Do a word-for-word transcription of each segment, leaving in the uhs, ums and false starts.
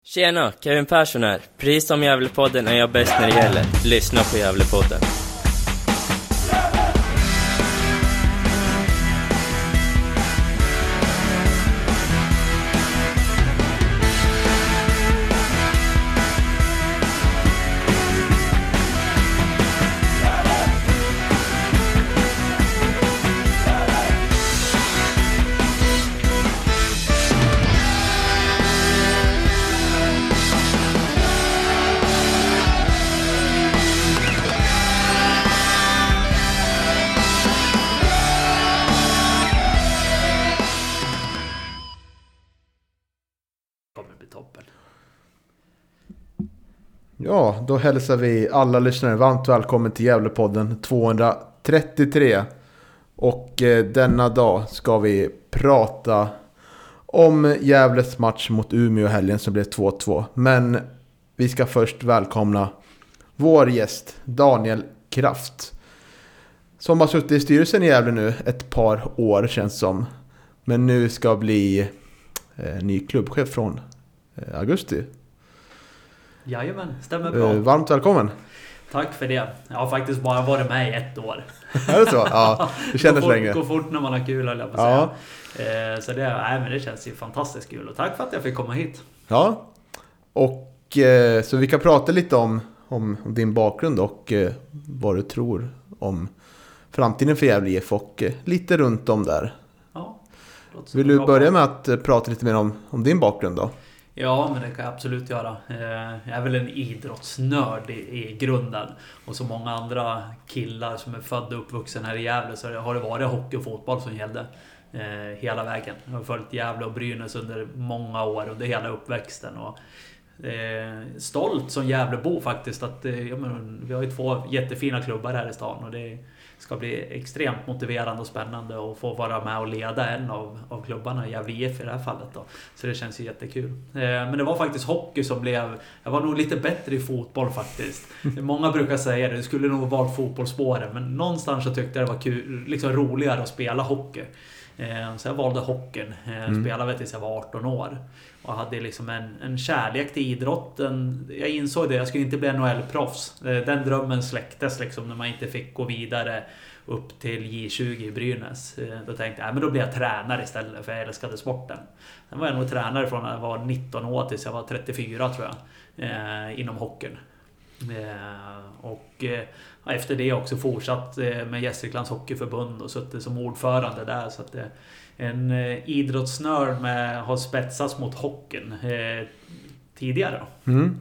Tjena, Kevin Persson här. Precis som Gävlepodden är jag bäst när det gäller. Lyssna på Gävlepodden. Ja, då hälsar vi alla lyssnare varmt välkommen till Gävlepodden tvåhundratrettiotre. Och eh, denna dag ska vi prata om Gävles match mot Umeå helgen som blev två två. Men vi ska först välkomna vår gäst Daniel Kraft, som har suttit i styrelsen i Gävle nu ett par år känns som. Men nu ska bli eh, ny klubbchef från eh, augusti. Jajamän, stämmer bra. Eh, varmt välkommen. Tack för det. Jag har faktiskt bara varit med i ett år. Är det så? Ja, det kändes går länge. Går fort när man har kul, eller på ja. säga. Eh, så det, nej, men det känns ju fantastiskt kul. Och tack för att jag fick komma hit. Ja, och eh, så vi kan prata lite om, om, om din bakgrund och eh, vad du tror om framtiden för Gävle I F och eh, lite runt om där. Ja, vill du börja med att eh, prata lite mer om, om din bakgrund då? Ja, men det kan jag absolut göra. Jag är väl en idrottsnörd i, i grunden. Och så många andra killar som är födda och uppvuxen här i Gävle så har det varit hockey och fotboll som gällde eh, hela vägen. Jag har följt Gävle och Brynäs under många år, under hela uppväxten. Och, eh, stolt som Gävlebo faktiskt. Att, eh, ja, men, vi har ju två jättefina klubbar här i stan och det ska bli extremt motiverande och spännande att få vara med och leda en av, av klubbarna i Gävle I F i det här fallet då. Så det känns ju jättekul. Eh, men det var faktiskt hockey som blev... Jag var nog lite bättre i fotboll faktiskt. Många brukar säga det, det skulle nog vara fotbollsspåren, men någonstans så tyckte jag det var kul, liksom roligare att spela hockey. Eh, så jag valde hockeyn. Eh, mm. Spelade tills jag var arton år. Och hade liksom en, en kärlek till idrotten. Jag insåg det, jag skulle inte bli N H L-proffs. Den drömmen släcktes liksom när man inte fick gå vidare upp till J tjugo i Brynäs. Då tänkte jag, ja, men då blir jag tränare istället, för jag älskade sporten. Sen var jag nog tränare från när jag var nitton år tills jag var trettiofyra tror jag. Eh, inom hockeyn. Eh, och eh, efter det också fortsatt eh, med Gästriklands hockeyförbund och suttit som ordförande där. Så att det en eh, idrottsnörd med har spetsats mot hockeyn eh, tidigare. Mm.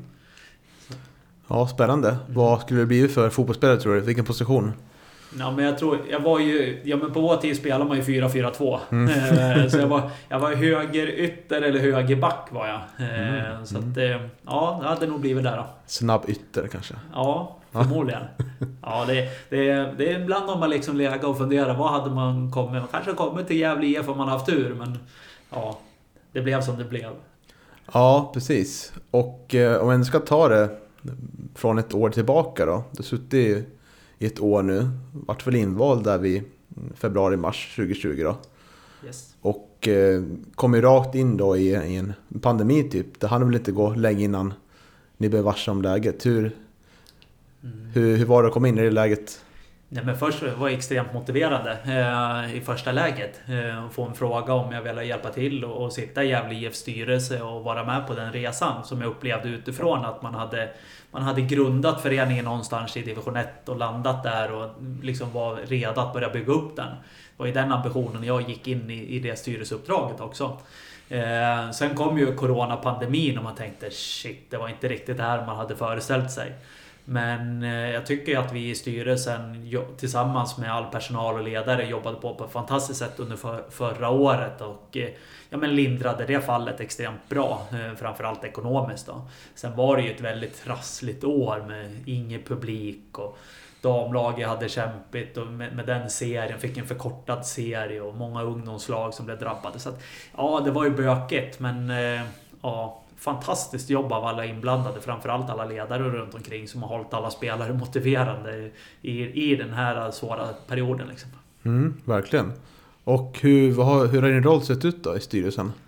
Ja, spännande. Mm. Vad skulle det bli för fotbollsspelare tror du? Vilken position? Ja, men jag tror jag var ju ja, men på vår tid spelade man ju fyra fyra två. Mm. Eh, så jag var jag var höger ytter eller höger back var jag. Eh, mm. Så att eh, ja, det hade nog blivit där då. Snabb ytter kanske. Ja, förmodligen. Ja, det, det, det är ibland om man liksom lägga och fundera, vad hade man kommit? Man kanske kommit till Gävle I F om man haft tur, men ja, det blev som det blev. Ja, precis. Och eh, om man ska ta det från ett år tillbaka då. Du suttit i, i ett år nu. Vart väl invald där vid februari-mars tjugohundratjugo då. Yes. Och eh, kom ju rakt in då i, i en pandemi typ. Det hann väl inte gå länge innan ni blev varse om läget. Hur, mm. hur, hur var det att komma in i det läget? Nej, men först var det extremt motiverande eh, i första läget. Eh, få en fråga om jag ville hjälpa till och, och sitta i Gävle I F styrelse och vara med på den resan som jag upplevde utifrån att man hade, man hade grundat föreningen någonstans i division ett och landat där och liksom var redo att börja bygga upp den. Det var i den ambitionen jag gick in i, i det styrelseuppdraget också. Eh, sen kom ju coronapandemin och man tänkte shit, det var inte riktigt det här man hade föreställt sig. Men jag tycker att vi i styrelsen tillsammans med all personal och ledare jobbade på på ett fantastiskt sätt under för, förra året och ja, men lindrade det fallet extremt bra, framförallt ekonomiskt då. Sen var det ju ett väldigt trassligt år med ingen publik och damlaget hade kämpigt och med, med den serien fick en förkortad serie och många ungdomslag som blev drabbade. Så att, ja, det var ju bökigt, men ja, fantastiskt jobb av alla inblandade, framförallt alla ledare runt omkring som har hållit alla spelare motiverande i, i den här svåra perioden liksom. Mm, verkligen. Och hur, vad har, hur har din roll sett ut då i styrelsen?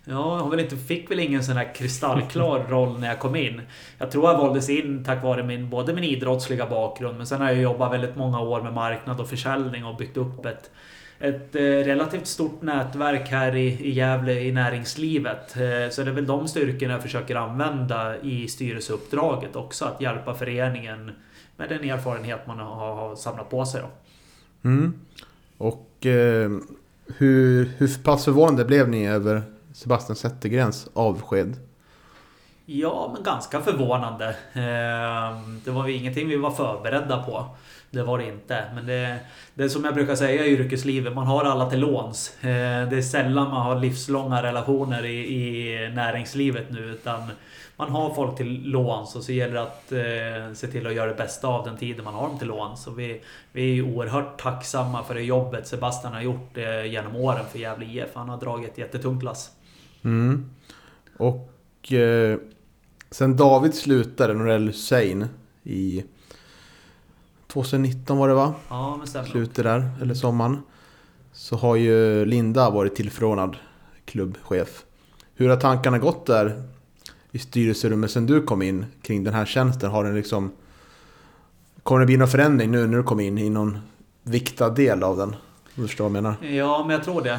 Ja, jag väl inte, fick väl ingen sån här kristallklar roll när jag kom in. Jag tror jag valdes in tack vare min, både min idrottsliga bakgrund, men sen har jag jobbat väldigt många år med marknad och försäljning och byggt upp ett, ett eh, relativt stort nätverk här i, i Gävle i näringslivet. Eh, så det är väl de styrkorna jag försöker använda i styrelseuppdraget också, att hjälpa föreningen med den erfarenhet man har, har samlat på sig då. Mm. Och eh, hur, hur pass förvånande blev ni över Sebastian Zettergrens avsked? Ja, men ganska förvånande. Det var ju ingenting vi var förberedda på. Det var det inte. Men det, det är som jag brukar säga i yrkeslivet, man har alla till låns. Det är sällan man har livslånga relationer i, i näringslivet nu, utan man har folk till låns och så gäller det att eh, se till att göra det bästa av den tiden man har dem till låns. Så vi, vi är ju oerhört tacksamma för det jobbet Sebastian har gjort eh, genom åren för Gävle I F. Han har dragit ett jättetungt lass. Mm. Och eh, sen David slutade, Norell Hussein, i tjugonitton var det va? Ja, men stämmer. Slutet där, eller sommaren. Så har ju Linda varit tillförordnad klubbchef. Hur har tankarna gått där i styrelserummet sen du kom in kring den här tjänsten? Har den liksom, kommer det bli någon förändring nu när du kom in i någon viktad del av den? Du förstår vad jag menar? Ja, men jag tror det.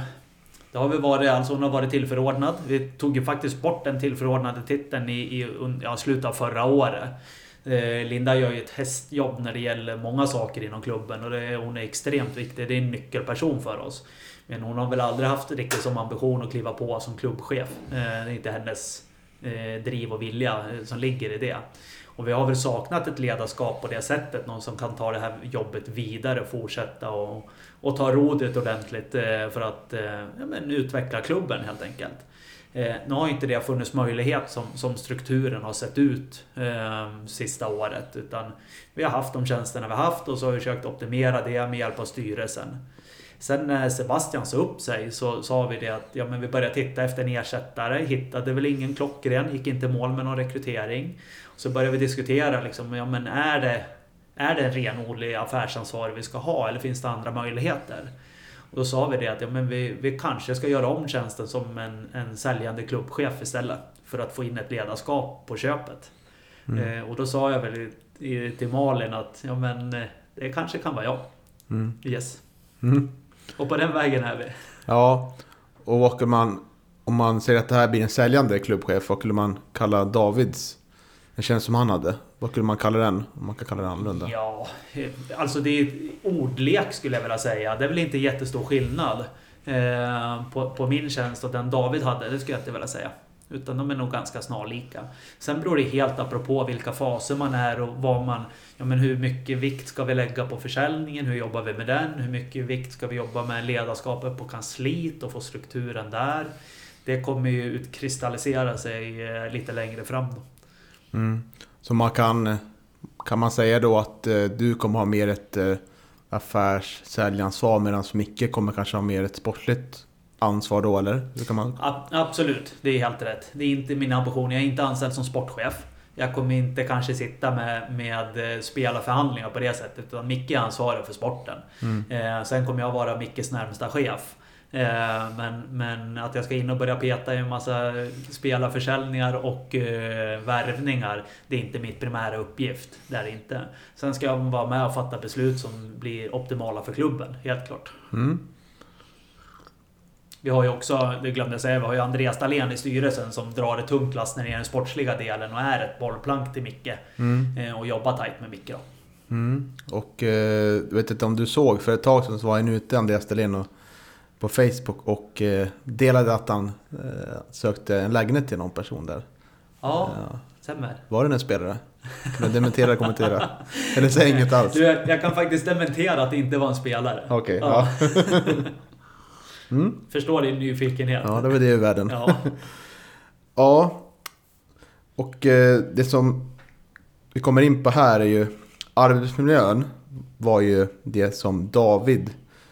Det har vi varit, alltså hon har varit tillförordnad. Vi tog ju faktiskt bort den tillförordnade titeln i, i ja, slutet av förra året. Linda gör ju ett hästjobb när det gäller många saker inom klubben och det, hon är extremt viktig. Det är en nyckelperson för oss. Men hon har väl aldrig haft riktigt som ambition att kliva på som klubbchef. Det är inte hennes driv och vilja som ligger i det. Och vi har väl saknat ett ledarskap på det sättet. Någon som kan ta det här jobbet vidare och fortsätta och, och ta rodret ordentligt för att ja, men, utveckla klubben helt enkelt. Eh, nu har inte det funnits möjlighet som, som strukturen har sett ut eh, sista året, utan vi har haft de tjänsterna vi har haft och så har vi försökt optimera det med hjälp av styrelsen. Sen när Sebastian sa upp sig så sa vi det att ja, men vi började titta efter en ersättare, hittade väl ingen klockren, gick inte mål med någon rekrytering. Så började vi diskutera liksom, ja, men är det, är det en renodlig affärsansvarig vi ska ha eller finns det andra möjligheter? Och då sa vi det att ja, men vi, vi kanske ska göra om tjänsten som en, en säljande klubbchef istället. För att få in ett ledarskap på köpet. Mm. Eh, och då sa jag väl i, till Malin att ja, men, det kanske kan vara jag. Mm. Yes. Mm. Och på den vägen är vi. Ja, och vad kan man, om man säger att det här blir en säljande klubbchef, vad skulle man kalla Davids? Det känns som han hade. Vad skulle man kalla den? Om man kan kalla den annorlunda. Ja, alltså det är ordlek skulle jag vilja säga. Det är väl inte jättestor skillnad eh, på, på min tjänst och den David hade. Det skulle jag inte vilja säga. Utan de är nog ganska snarlika. Sen beror det helt apropå vilka faser man är och vad man... Ja, men hur mycket vikt ska vi lägga på försäljningen? Hur jobbar vi med den? Hur mycket vikt ska vi jobba med ledarskapet på kansliet och få strukturen där? Det kommer ju utkristallisera sig eh, lite längre fram då. Mm. Så man kan, kan man säga då att eh, du kommer ha mer ett eh, affärssäljansvar medan Micke kommer kanske ha mer ett sportligt ansvar då, eller? Hur kan man... A- absolut, det är helt rätt. Det är inte min ambition. Jag är inte anställd som sportchef. Jag kommer inte kanske sitta med, med spelarförhandlingar på det sättet, utan Micke är ansvarig för sporten. Mm. Eh, sen kommer jag vara Mickes närmsta chef. Eh, men, men att jag ska in och börja peta i en massa spelarförsäljningar och eh, värvningar, det är inte mitt primära uppgift. Det är det inte. Sen ska jag vara med och fatta beslut som blir optimala för klubben, helt klart. Mm. Vi har ju också, det glömde jag säga, vi har ju Andreas Dahlén i styrelsen som drar ett tungt last när det är den sportsliga delen och är ett bollplank till Micke. Mm. Och jobbar tajt med Micke då. Mm. Och eh, vet inte om du såg, för ett tag sedan så var han ute, Andreas Dahlén, och på Facebook och eh, delade att han eh, sökte en lägenhet till någon person där. Ja, ja. Stämmer. Var det en spelare? Kan du dementera eller kommentera? Eller säg inget alls. Du, jag kan faktiskt dementera att det inte var en spelare. Okej, okay, ja. ja. Mm. Förstår din nyfikenhet. Ja, det var det i världen. Ja. Ja. Och eh, det som vi kommer in på här är ju arbetsmiljön var ju det som David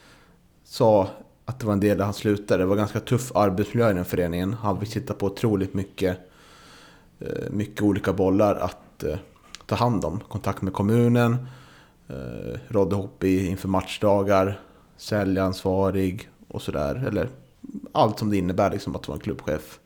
sa att det var en del där han slutade. Det var ganska tuff arbetsmiljö i den föreningen. Han fick sitta på otroligt mycket eh, mycket olika bollar att eh, ta hand om. Kontakt med kommunen, eh, rådde ihop i, inför matchdagar, säljansvarig och sådär. Eller allt som det innebär liksom, att vara en klubbchef.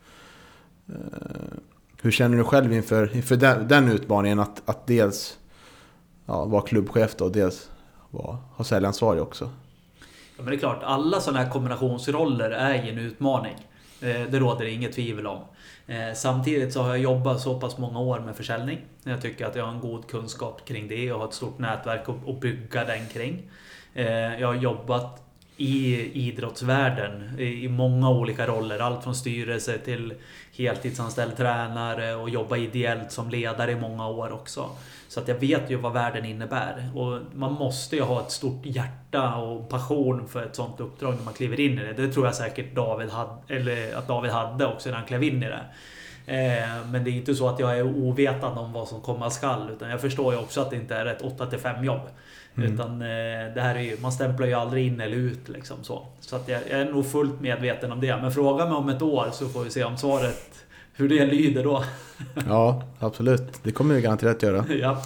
Hur känner du själv inför, inför den, den utmaningen att, att dels ja, vara klubbchef då, och dels vara, ha säljansvarig också? Ja, men det är klart, alla sådana här kombinationsroller är ju en utmaning. Det råder det inget tvivel om. Samtidigt så har jag jobbat så pass många år med försäljning. Jag tycker att jag har en god kunskap kring det och har ett stort nätverk att bygga den kring. Jag har jobbat i idrottsvärlden i många olika roller. Allt från styrelse till heltidsanställd tränare och jobba ideellt som ledare i många år också. Så att jag vet ju vad världen innebär. Och man måste ju ha ett stort hjärta och passion för ett sånt uppdrag när man kliver in i det. Det tror jag säkert David hade, eller att David hade också när han klev in i det. Men det är inte så att jag är ovetande om vad som komma skall. Utan jag förstår ju också att det inte är ett åtta till fem jobb. Mm. Utan det här är ju, man stämplar ju aldrig in eller ut liksom så. Så att jag, jag är nog fullt medveten om det. Men fråga mig om ett år så får vi se om svaret, hur det lyder då. Ja, absolut. Det kommer vi garanterat göra. Ja.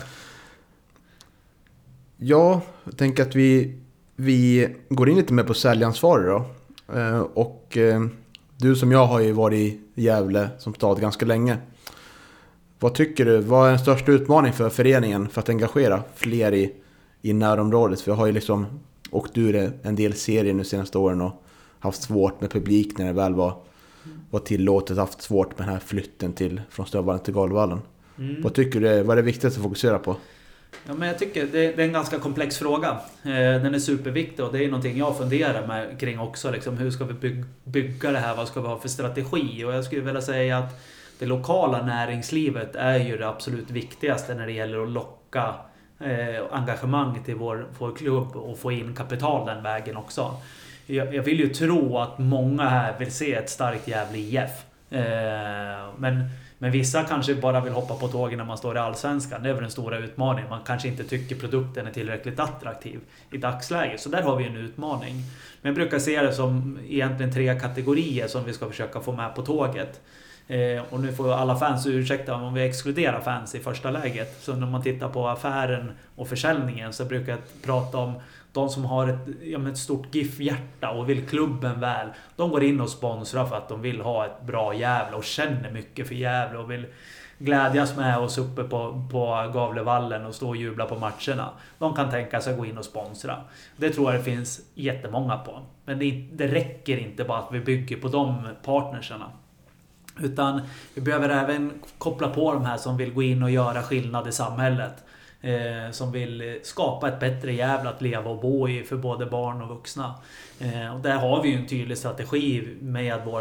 Ja, jag tänker att vi, vi går in lite mer på säljansvarig då. Och du som jag har ju varit i Gävle som stad ganska länge. Vad tycker du? Vad är den största utmaningen för föreningen för att engagera fler i, i närområdet? För jag har ju liksom åkt ur en del serier nu senaste åren och haft svårt med publik när det väl var, var tillåtet. Haft svårt med den här flytten till, från Stövvallen till Galvallen. Mm. Vad tycker du? Vad är det viktigaste att fokusera på? Ja, men jag tycker det, det är en ganska komplex fråga. Eh, den är superviktig och det är någonting jag funderar med kring också. Liksom, hur ska vi bygga, bygga det här? Vad ska vi ha för strategi? Och jag skulle vilja säga att det lokala näringslivet är ju det absolut viktigaste när det gäller att locka eh, engagemang till vår, vår klubb och få in kapital den vägen också. Jag, jag vill ju tro att många här vill se ett starkt Gävle I F. Eh, men Men vissa kanske bara vill hoppa på tågen när man står i Allsvenskan. Det är väl den stora utmaningen. Man kanske inte tycker produkten är tillräckligt attraktiv i dagsläget. Så där har vi en utmaning. Men jag brukar se det som egentligen tre kategorier som vi ska försöka få med på tåget. Eh, och nu får alla fans ursäkta om vi exkluderar fans i första läget. Så när man tittar på affären och försäljningen så brukar jag prata om de som har ett, ja, ett stort GIF-hjärta och vill klubben väl. De går in och sponsrar för att de vill ha ett bra Gävle och känner mycket för Gävle och vill glädjas med oss uppe på, på Gavlevallen och stå och jubla på matcherna. De kan tänka sig att gå in och sponsra. Det tror jag det finns jättemånga på. Men det, det räcker inte bara att vi bygger på de partnerserna. Utan vi behöver även koppla på de här som vill gå in och göra skillnad i samhället. Eh, som vill skapa ett bättre Gävle att leva och bo i för både barn och vuxna. Eh, och där har vi ju en tydlig strategi med vår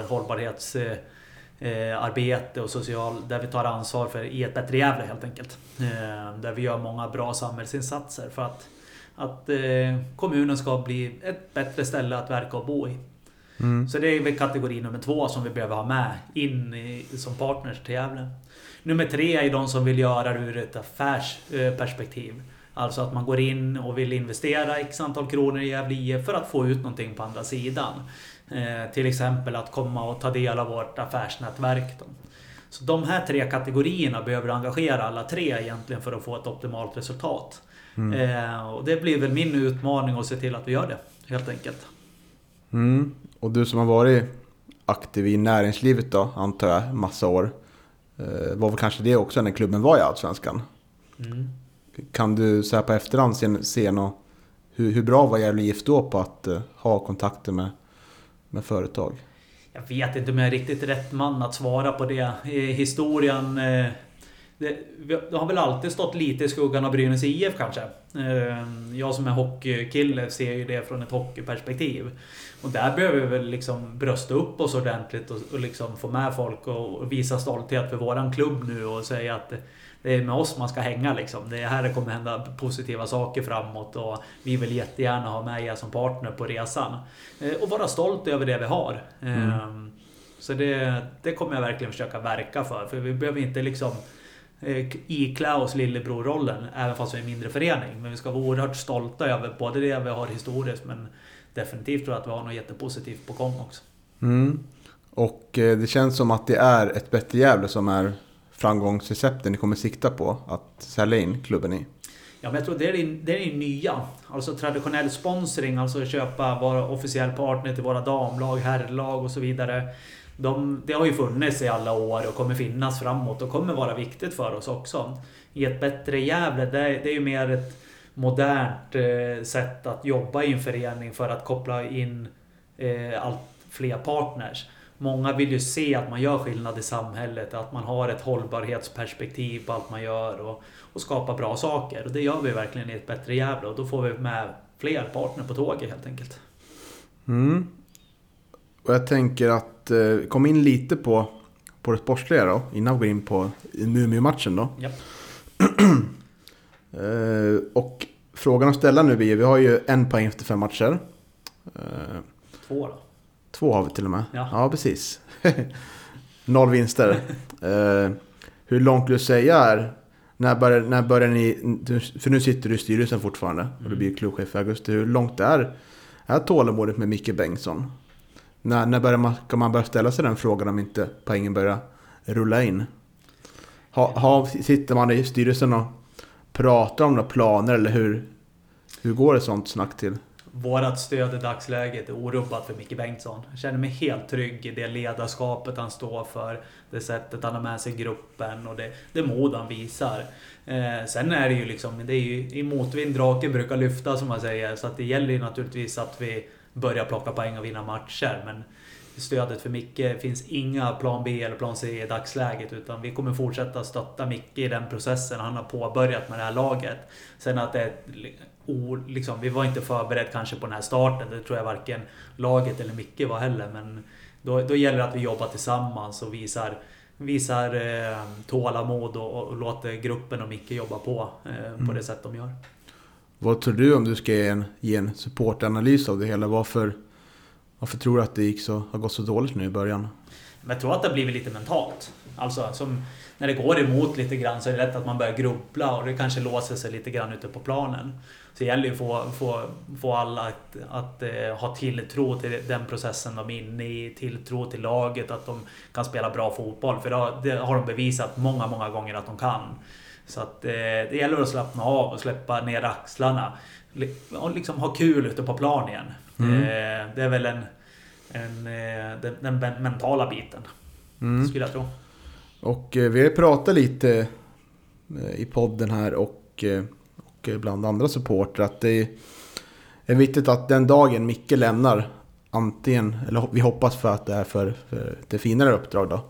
hållbarhetsarbete eh, och social, där vi tar ansvar för i ett bättre Gävle helt enkelt. Eh, där vi gör många bra samhällsinsatser för att, att eh, kommunen ska bli ett bättre ställe att verka och bo i. Mm. Så det är väl kategori nummer två som vi behöver ha med in i, som partners till Gävle. Nummer tre är de som vill göra det ur ett affärsperspektiv. Alltså att man går in och vill investera x antal kronor i Gävle I F för att få ut någonting på andra sidan. Eh, till exempel att komma och ta del av vårt affärsnätverk. Då. Så de här tre kategorierna behöver engagera alla tre egentligen för att få ett optimalt resultat. Mm. Eh, och det blir väl min utmaning att se till att vi gör det, helt enkelt. Mm. Och du som har varit aktiv i näringslivet då, antar jag, massa år. Var väl kanske det också när klubben var i Allsvenskan. Mm. Kan du så här på efterhand se, se något, hur, hur bra var Gävle I F då på att uh, ha kontakter med, med företag? Jag vet inte om jag är riktigt rätt man att svara på det. I historien eh, det, det har väl alltid stått lite i skuggan av Brynäs I F kanske. Eh, jag som är hockeykille ser ju det från ett hockeyperspektiv. Och där behöver vi väl liksom brösta upp oss ordentligt och, och liksom få med folk och, och visa stolthet för våran klubb nu och säga att det är med oss man ska hänga liksom. Det är här det kommer hända positiva saker framåt och vi vill jättegärna ha med er som partner på resan. Eh, och vara stolt över det vi har. Mm. Eh, så det, det kommer jag verkligen försöka verka för. För vi behöver inte liksom eh, iklä oss lillebror-rollen även fast vi är en mindre förening. Men vi ska vara oerhört stolta över både det vi har historiskt men definitivt tror jag att vi har något jättepositivt på gång också. Mm. Och eh, det känns som att det är ett bättre Gävle som är framgångsrecepten ni kommer sikta på att sälja in klubben i. Ja, men jag tror det är det, det är det nya. Alltså traditionell sponsring, alltså köpa vara officiell partner till våra damlag, herrlag och så vidare. De, det har ju funnits i alla år och kommer finnas framåt och kommer vara viktigt för oss också. I ett bättre Gävle, det, det är ju mer ett modernt eh, sätt att jobba i en förening för att koppla in eh, allt fler partners. Många vill ju se att man gör skillnad i samhället, att man har ett hållbarhetsperspektiv på allt man gör och, och skapa bra saker. Och det gör vi verkligen i ett bättre Gävle och då får vi med fler partner på tåget helt enkelt. Mm. Och jag tänker att eh, kom in lite på, på det sportsliga då, innan vi går in på Umeå-matchen då. Ja. eh, och frågan att ställa nu blir, vi har ju en poäng efter fem matcher. Eh, Två då. Två har vi till och med. Ja, ja precis. Noll vinster. eh, hur långt du säga är, när börjar, när börjar ni, för nu sitter du i styrelsen fortfarande mm. och du blir klubbchef i augusti. Hur långt är, är tålamodet med Micke Bengtsson? När, när börjar man, kan man börja ställa sig den frågan om inte poängen börjar rulla in? Ha, ha, sitter man i styrelsen och pratar om några planer eller hur, hur går det sånt snack till? Vårat stöd i dagsläget är orubbat för Micke Bengtsson. Jag känner mig helt trygg i det ledarskapet han står för. Det sättet han har med sig gruppen och det, det mod han visar. Eh, sen är det ju liksom, det är ju i motvind draken brukar lyfta som man säger. Så att det gäller ju naturligtvis att vi börjar plocka poäng och vinna matcher. Men stödet för Micke finns inga plan B eller plan C i dagsläget. Utan vi kommer fortsätta stötta Micke i den processen han har påbörjat med det här laget. Sen att det O, liksom, vi var inte förberedd kanske på den här starten. Det tror jag varken laget eller Micke var heller. Men då, då gäller det att vi jobbar tillsammans och visar, visar eh, tålamod och, och låter gruppen och Micke jobba på eh, mm. på det sätt de gör. Vad tror du om du ska ge en, ge en supportanalys av det hela? Varför, varför tror du att det gick så, har gått så dåligt nu i början? Men jag tror att det har blivit lite mentalt. Alltså som när det går emot lite grann så är det lätt att man börjar grubbla och det kanske låser sig lite grann ute på planen. Så det gäller ju att få, få, få alla att, att eh, ha tilltro till den processen de är inne i, tilltro till laget, att de kan spela bra fotboll. För det har, det har de bevisat många, många gånger att de kan. Så att eh, det gäller att slappna av och släppa ner axlarna. Och liksom ha kul ute på plan igen. Mm. Eh, det är väl en, en, eh, den, den mentala biten, mm. skulle jag tro. Och eh, vi har pratat lite eh, i podden här och, eh, och bland andra supporter att det är viktigt att den dagen Micke lämnar antingen, eller vi hoppas för att det är för, för det finare uppdrag då.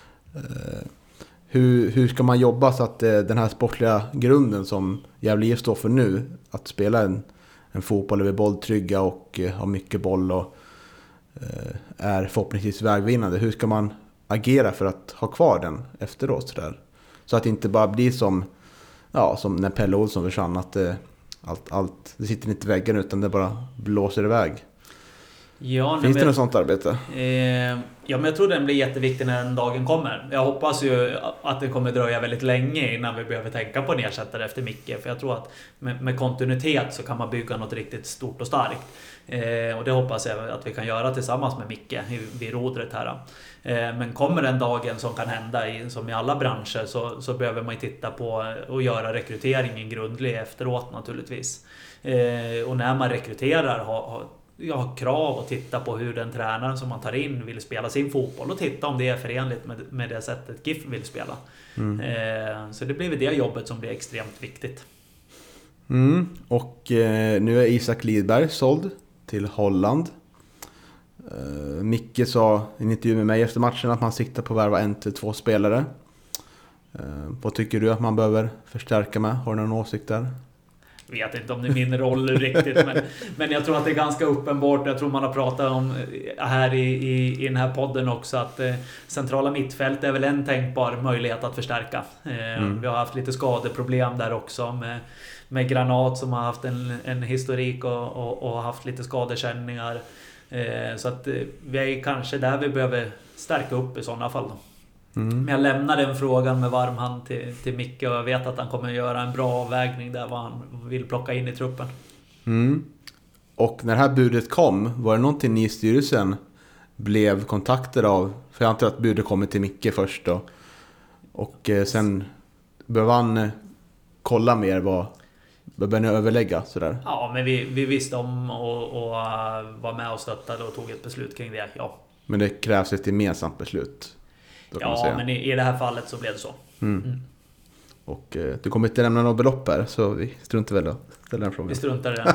Eh, hur, hur ska man jobba så att eh, den här sportliga grunden som Gävle I F står för nu, att spela en, en fotboll över bolltrygga och eh, ha mycket boll och eh, är förhoppningsvis vägvinnande. Hur ska man agera för att ha kvar den efteråt så där? Så att det inte bara blir som ja, som när Pelle Olsson försvann, att det, allt, allt, det sitter inte i väggen utan det bara blåser iväg. Ja, Finns men, det något sånt arbete? Eh, ja, men jag tror den blir jätteviktig när den dagen kommer. Jag hoppas ju att det kommer dröja väldigt länge innan vi behöver tänka på en ersättare efter Micke. För jag tror att med, med kontinuitet så kan man bygga något riktigt stort och starkt. Eh, och det hoppas jag att vi kan göra tillsammans med Micke vid rodret här. Eh, men kommer den dagen som kan hända i, som i alla branscher så, så behöver man ju titta på och göra rekryteringen grundlig efteråt naturligtvis. Eh, och när man rekryterar har, har jag har krav att titta på hur den tränaren som man tar in vill spela sin fotboll och titta om det är förenligt med, med det sättet GIF vill spela. Mm. Eh, så det blir det jobbet som blir extremt viktigt. Mm. Och eh, nu är Isak Lidberg såld till Holland. Eh, Micke sa i en intervju med mig efter matchen att man siktar på att värva en till två spelare. Eh, vad tycker du att man behöver förstärka med? Har du någon åsikt där? Vet inte om det är min roll riktigt, men, men jag tror att det är ganska uppenbart. Jag tror man har pratat om här i, i, i den här podden också att eh, centrala mittfält är väl en tänkbar möjlighet att förstärka. Eh, mm. Vi har haft lite skadeproblem där också med, med Granat som har haft en, en historik och, och, och haft lite skadekänningar. Eh, så att eh, vi är kanske där vi behöver stärka upp i sådana fall då. Mm. Men jag lämnar den frågan med varm hand till, till Micke och jag vet att han kommer att göra en bra avvägning där vad han vill plocka in i truppen. Mm. Och när det här budet kom, var det någonting ni i styrelsen blev kontaktade av? För jag antar att budet kommer till Micke först då. Och eh, sen behöver han eh, kolla mer vad började ni överlägga sådär? Ja, men vi, vi visste om och, och uh, var med och stöttade och tog ett beslut kring det, ja. Men det krävs ett gemensamt beslut? Ja, men i, i det här fallet så blev det så. Mm. Mm. Och eh, du kommer inte lämna något belopp här, så vi struntar väl att ställa den frågan. Vi struntar i den.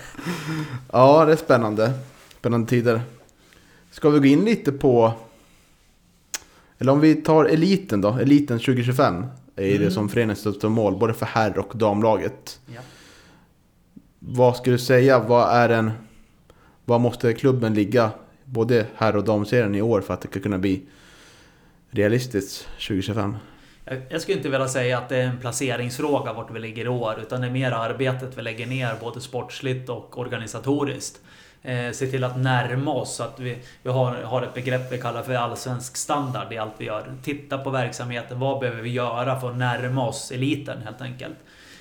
Ja, det är spännande. Spännande tider. Ska vi gå in lite på... Eller om vi tar eliten då. Eliten tjugo tjugofem är mm. det som föreningen stött mål, både för herr- och damlaget. Ja. Vad ska du säga? Vad är en... Vad måste klubben ligga, både herr- och damserien i år, för att det ska kunna bli realistiskt tjugo tjugofem? Jag skulle inte vilja säga att det är en placeringsfråga vart vi ligger i år, utan det är mer arbetet vi lägger ner både sportsligt och organisatoriskt. Eh, se till att närma oss så att vi, vi har, har ett begrepp vi kallar för allsvensk standard i allt vi gör. Titta på verksamheten, vad behöver vi göra för att närma oss eliten helt enkelt.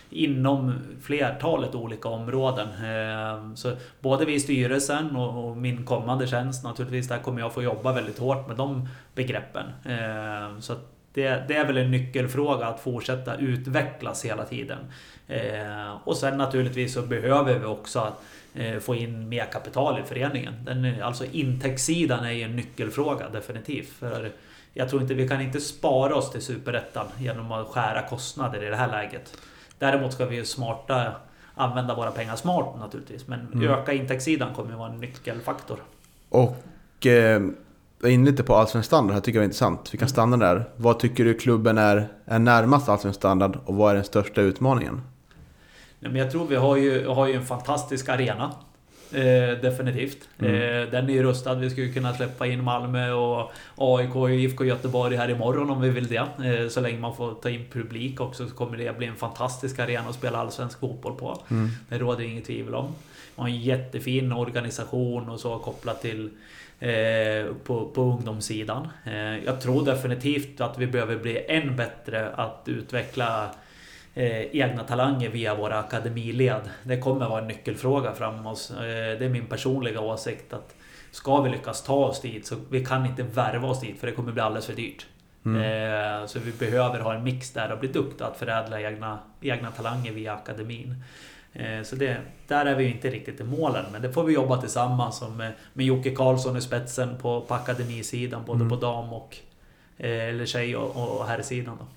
Inom flertalet olika områden. Eh, så både vi i styrelsen och, och min kommande tjänst naturligtvis, där kommer jag få jobba väldigt hårt med de begreppen. Eh, så att Det, det är väl en nyckelfråga att fortsätta utvecklas hela tiden. Eh, och sen naturligtvis så behöver vi också eh, få in mer kapital i föreningen. Den, alltså intäktssidan är ju en nyckelfråga definitivt. För jag tror inte vi kan inte spara oss till superettan genom att skära kostnader i det här läget. Däremot ska vi ju smarta, använda våra pengar smart naturligtvis. Men mm. öka intäktssidan kommer att vara en nyckelfaktor. Och... Eh... Jag är inne lite på allsvensk standard, här tycker jag är intressant. Vilka standard är? Vad tycker du klubben är, är närmast allsvensk standard, och vad är den största utmaningen? Nej, men jag tror vi har ju, har ju en fantastisk arena. Eh, definitivt. Mm. Eh, den är ju rustad. Vi skulle kunna släppa in Malmö och A I K och I F K Göteborg här imorgon om vi vill det. Eh, så länge man får ta in publik också, så kommer det bli en fantastisk arena att spela allsvensk fotboll på. Mm. Det råder inget tvivel om. Man har en jättefin organisation och så kopplat till Eh, på, på ungdomssidan. Eh, jag tror definitivt att vi behöver bli än bättre att utveckla eh, egna talanger via våra akademiled. Det kommer vara en nyckelfråga framåt. Eh, det är min personliga åsikt att ska vi lyckas ta oss dit, så vi kan inte värva oss dit, för det kommer bli alldeles för dyrt. Mm. Eh, så vi behöver ha en mix där och bli duktiga att förädla egna, egna talanger via akademin. Så det, där är vi ju inte riktigt i målen, men det får vi jobba tillsammans med, med Jocke Karlsson i spetsen på, på akademisidan, både mm. på dam och eller tjej och, och herrsidan då.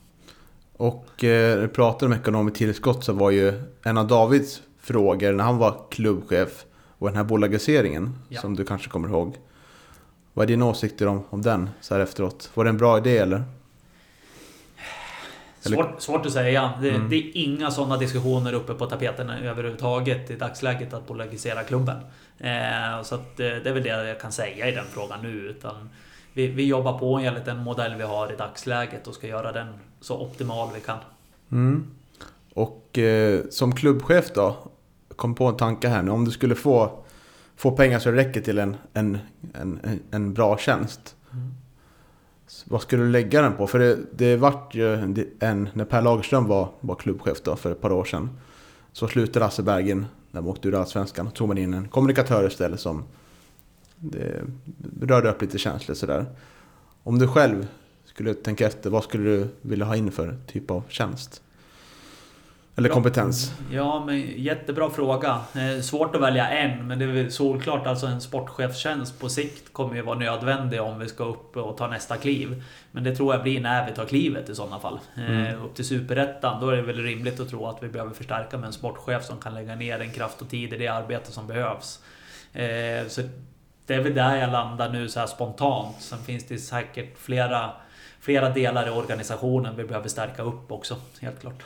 Och eh, när du pratade om ekonomiskt tillskott, så var ju en av Davids frågor när han var klubbchef och den här bolagiseringen, ja. Som du kanske kommer ihåg. Vad är dina åsikter om, om den så här efteråt? Var det en bra idé eller? Svårt, svårt att säga. Det, mm. det är inga sådana diskussioner uppe på tapeten överhuvudtaget i dagsläget att bolagisera klubben. Eh, så att, det är väl det jag kan säga i den frågan nu. Utan vi, vi jobbar på enligt den modell vi har i dagsläget och ska göra den så optimal vi kan. Mm. Och eh, som klubbchef då, kom på en tanke här nu. Om du skulle få, få pengar så det räcker till en, en, en, en bra tjänst. Mm. Vad skulle du lägga den på? För det, det vart ju en, när Per Lagerström var, var klubbchef då för ett par år sedan, så slutade Assebergen när man åkte ur Allsvenskan, och tog man in en kommunikatör istället som det rörde upp lite känslor sådär. Om du själv skulle tänka efter, vad skulle du vilja ha in för typ av tjänst? Eller kompetens? Ja, men jättebra fråga. Eh, svårt att välja en, men det är solklart, alltså en sportchefstjänst på sikt kommer ju vara nödvändig om vi ska upp och ta nästa kliv. Men det tror jag blir när vi tar klivet i sådana fall. Eh, mm. Upp till superettan, då är det väl rimligt att tro att vi behöver förstärka med en sportchef som kan lägga ner en kraft och tid i det arbete som behövs. Eh, så det är väl där jag landar nu så här spontant. Sen finns det säkert flera, flera delar i organisationen vi behöver stärka upp också, helt klart.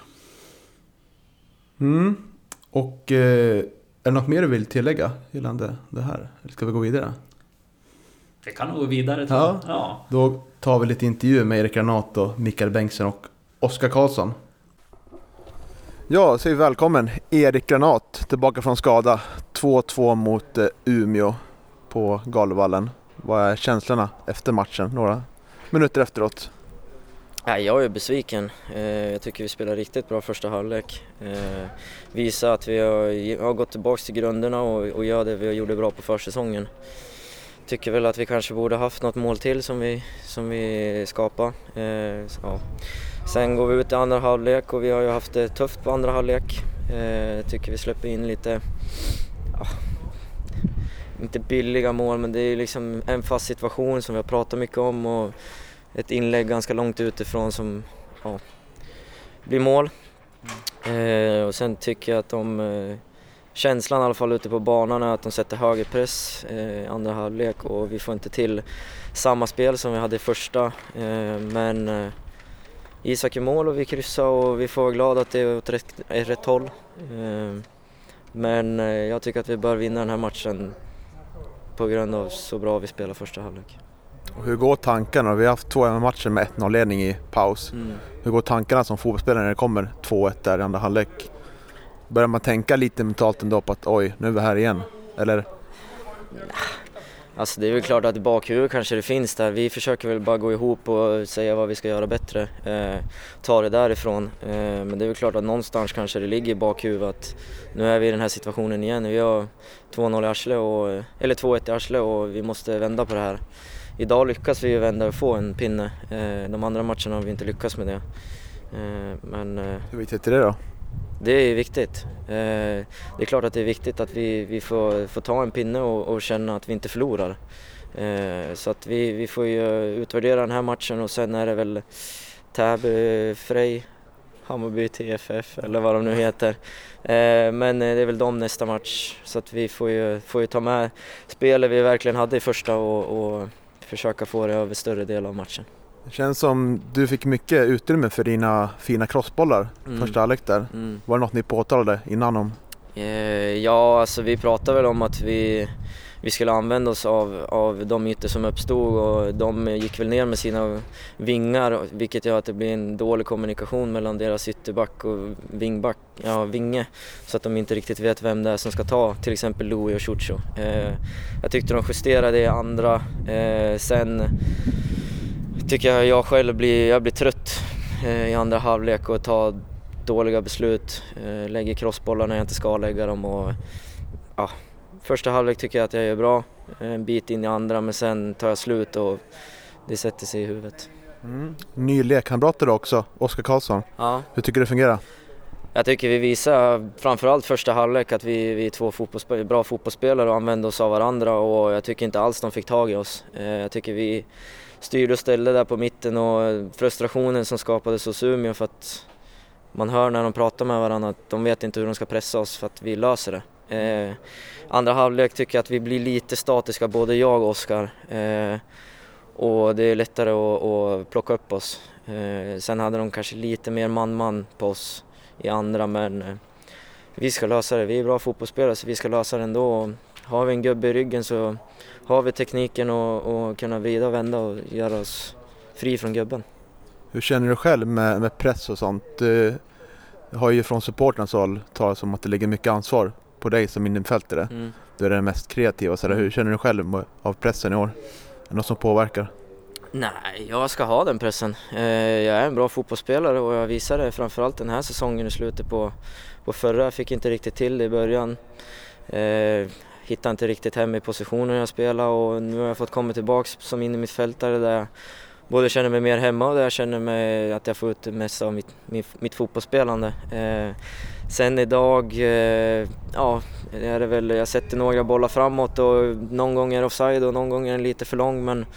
Mm. Och eh, är det något mer du vill tillägga gällande det här? Eller ska vi gå vidare? Det kan nog gå vidare. Ja. Ja. Då tar vi lite intervju med Erik Granat och Mikael Bengtsson och Oskar Karlsson. Ja, så är vi välkommen Erik Granat tillbaka från skada. två två mot eh, Umeå på Galovallen. Vad är känslorna efter matchen? Några minuter efteråt. Nej, jag är besviken. Jag tycker vi spelar riktigt bra första halvlek. Visa att vi har, har gått tillbaka till grunderna och, och gör det vi gjorde bra på försäsongen. Tycker väl att vi kanske borde haft något mål till som vi, som vi skapade. Ja. Sen går vi ut i andra halvlek och vi har ju haft det tufft på andra halvlek. Eh, jag tycker vi släpper in lite, ja, inte billiga mål, men det är liksom en fast situation som vi har pratat mycket om och ett inlägg ganska långt utifrån som ja, blir mål. Eh, och sen tycker jag att de, eh, känslan i alla fall ute på banan är att de sätter högre press eh, i andra halvlek och vi får inte till samma spel som vi hade i första. Eh, men eh, Isak är mål och vi kryssar och vi får vara glada att det är åt rätt, rätt håll. Eh, men eh, jag tycker att vi bör vinna den här matchen på grund av så bra vi spelar första halvlek. Och hur går tankarna? Vi har haft två matcher med ett noll-ledning i paus. Mm. Hur går tankarna som fotbollsspelare när det kommer två ett där i andra halvlek? Börjar man tänka lite mentalt ändå på att oj, nu är vi här igen? Eller? Alltså det är väl klart att i bakhuvudet kanske det finns där. Vi försöker väl bara gå ihop och säga vad vi ska göra bättre. Eh, ta det därifrån. Eh, men det är väl klart att någonstans kanske det ligger i bakhuvudet att nu är vi i den här situationen igen. Vi har två noll i arsle och, eller två ett i arsle och vi måste vända på det här. Idag lyckas vi vända och få en pinne. Eh, de andra matcherna har vi inte lyckats med det. Eh, men, eh, Hur viktigt är det då? Det är viktigt. Eh, det är klart att det är viktigt att vi, vi får, får ta en pinne och, och känna att vi inte förlorar. Eh, så att vi, vi får ju utvärdera den här matchen och sen är det väl Täby, Frej, Hammarby, T F F eller vad de nu heter. Eh, men det är väl de nästa match. Så att vi får ju, får ju ta med spelet vi verkligen hade i första och, och försöka få det över större del av matchen. Det känns som du fick mycket utrymme för dina fina crossbollar mm. första halvlek där. Mm. Var det något ni påtalade innan om? Eh, ja, alltså vi pratade väl om att vi, vi skulle använda oss av, av de ytor som uppstod och de gick väl ner med sina vingar, vilket gör att det blir en dålig kommunikation mellan deras ytterback och vingback, ja, vinge, så att de inte riktigt vet vem det är som ska ta till exempel Louis och Chucho. Eh, jag tyckte de justerade i andra, eh, sen tycker jag jag själv blir, jag blir trött eh, i andra halvlek och tar dåliga beslut, eh, lägger crossbollar när jag inte ska lägga dem och ja, första halvlek tycker jag att jag gör bra, en bit in i andra men sen tar jag slut och det sätter sig i huvudet. Mm. Ny lekkamrater också, Oskar Karlsson. Ja. Hur tycker du det fungerar? Jag tycker vi visar framförallt första halvlek att vi, vi är två fotbollsspel- bra fotbollsspelare och använder oss av varandra och jag tycker inte alls de fick tag i oss. Eh, jag tycker vi styrde och ställde där på mitten och frustrationen som skapades hos Umeå för att man hör när de pratar med varandra att de vet inte hur de ska pressa oss för att vi löser det. Eh, andra halvlek tycker jag att vi blir lite statiska, både jag och Oskar. Eh, och det är lättare att, att plocka upp oss. Eh, sen hade de kanske lite mer man-man på oss i andra, men eh, vi ska lösa det. Vi är bra fotbollsspelare så vi ska lösa det ändå. Och har vi en gubbe i ryggen så har vi tekniken och, och kunna vrida och vända och göra oss fri från gubben. Hur känner du själv med, med press och sånt? Du har ju från supporternas håll talat om att det ligger mycket ansvar på dig som innerfältare. Mm. Du är den mest kreativa. Så där. Hur känner du själv av pressen i år? Är det något som påverkar? Nej, jag ska ha den pressen. Jag är en bra fotbollsspelare och jag visar det framförallt den här säsongen i slutet på, på förra. Jag fick inte riktigt till det i början. Eh, hittade inte riktigt hem i positionen jag spelade och nu har jag fått komma tillbaka som in i mitt fältare där jag både känner mig mer hemma och där jag känner mig att jag får ut det mesta av mitt, mitt, mitt fotbollsspelande. Eh, sen idag, eh, ja, är det väl, jag sätter några bollar framåt och någon gång är det offside och någon gång är den lite för lång, men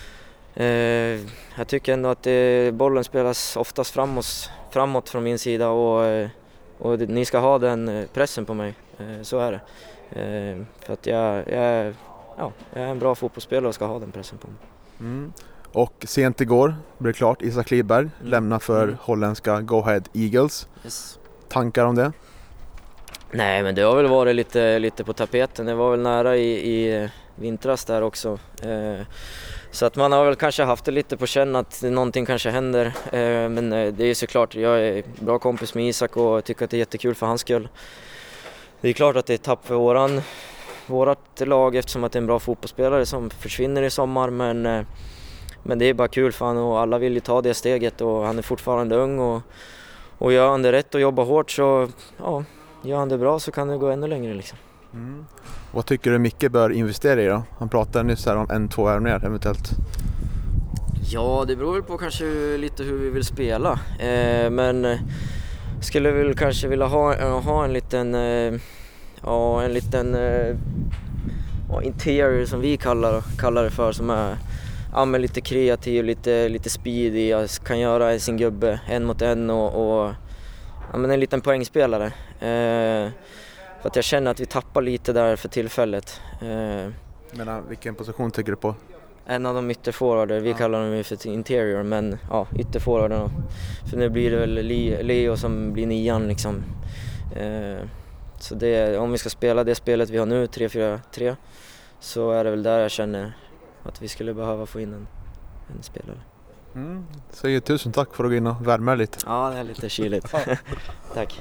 eh, jag tycker ändå att eh, bollen spelas oftast framåt, framåt från min sida och, och det, ni ska ha den pressen på mig, eh, så är det. Eh, för att jag, jag, ja, jag är en bra fotbollsspelare och ska ha den pressen på mig. Mm. Och sent igår blev det klart, Isak Lidberg mm. lämnar för mm. holländska Go Ahead Eagles. Yes. Tankar om det? Nej, men det har väl varit lite, lite på tapeten. Det var väl nära i, i vintras där också. Eh, så att man har väl kanske haft det lite på känn att någonting kanske händer. Eh, men det är såklart, jag är bra kompis med Isak och tycker att det är jättekul för hans skull. Det är klart att det är tapp för våran, vårat lag eftersom att det är en bra fotbollsspelare som försvinner i sommar. Men, eh, men det är bara kul för han och alla vill ju ta det steget och han är fortfarande ung. Och, och gör han det rätt och jobbar hårt så ja, gör han det bra så kan det gå ännu längre liksom. Mm. Vad tycker du Micke bör investera i då? Han pratade nyss här om en, två övningar eventuellt. Ja, det beror väl på kanske lite hur vi vill spela. Eh, men skulle väl kanske vilja ha, ha en liten, eh, ja, en liten eh, ja, interior som vi kallar, kallar det för, som är ja, men lite kreativ, lite, lite speedy, kan göra sin gubbe en mot en och, och ja, men en liten poängspelare. Eh, för att jag känner att vi tappar lite där för tillfället. Eh, Men vilken position tänker du på? En av de ytterforwarder, vi ja. kallar dem ju för interior, men ja, ytterforwarderna. För nu blir det väl Leo som blir nian liksom. Eh, så det, om vi ska spela det spelet vi har nu, tre fyra tre, så är det väl där jag känner att vi skulle behöva få in en, en spelare. Mm. Säger tusen tack för att gå in och värma lite. Ja, det är lite kyligt. Tack.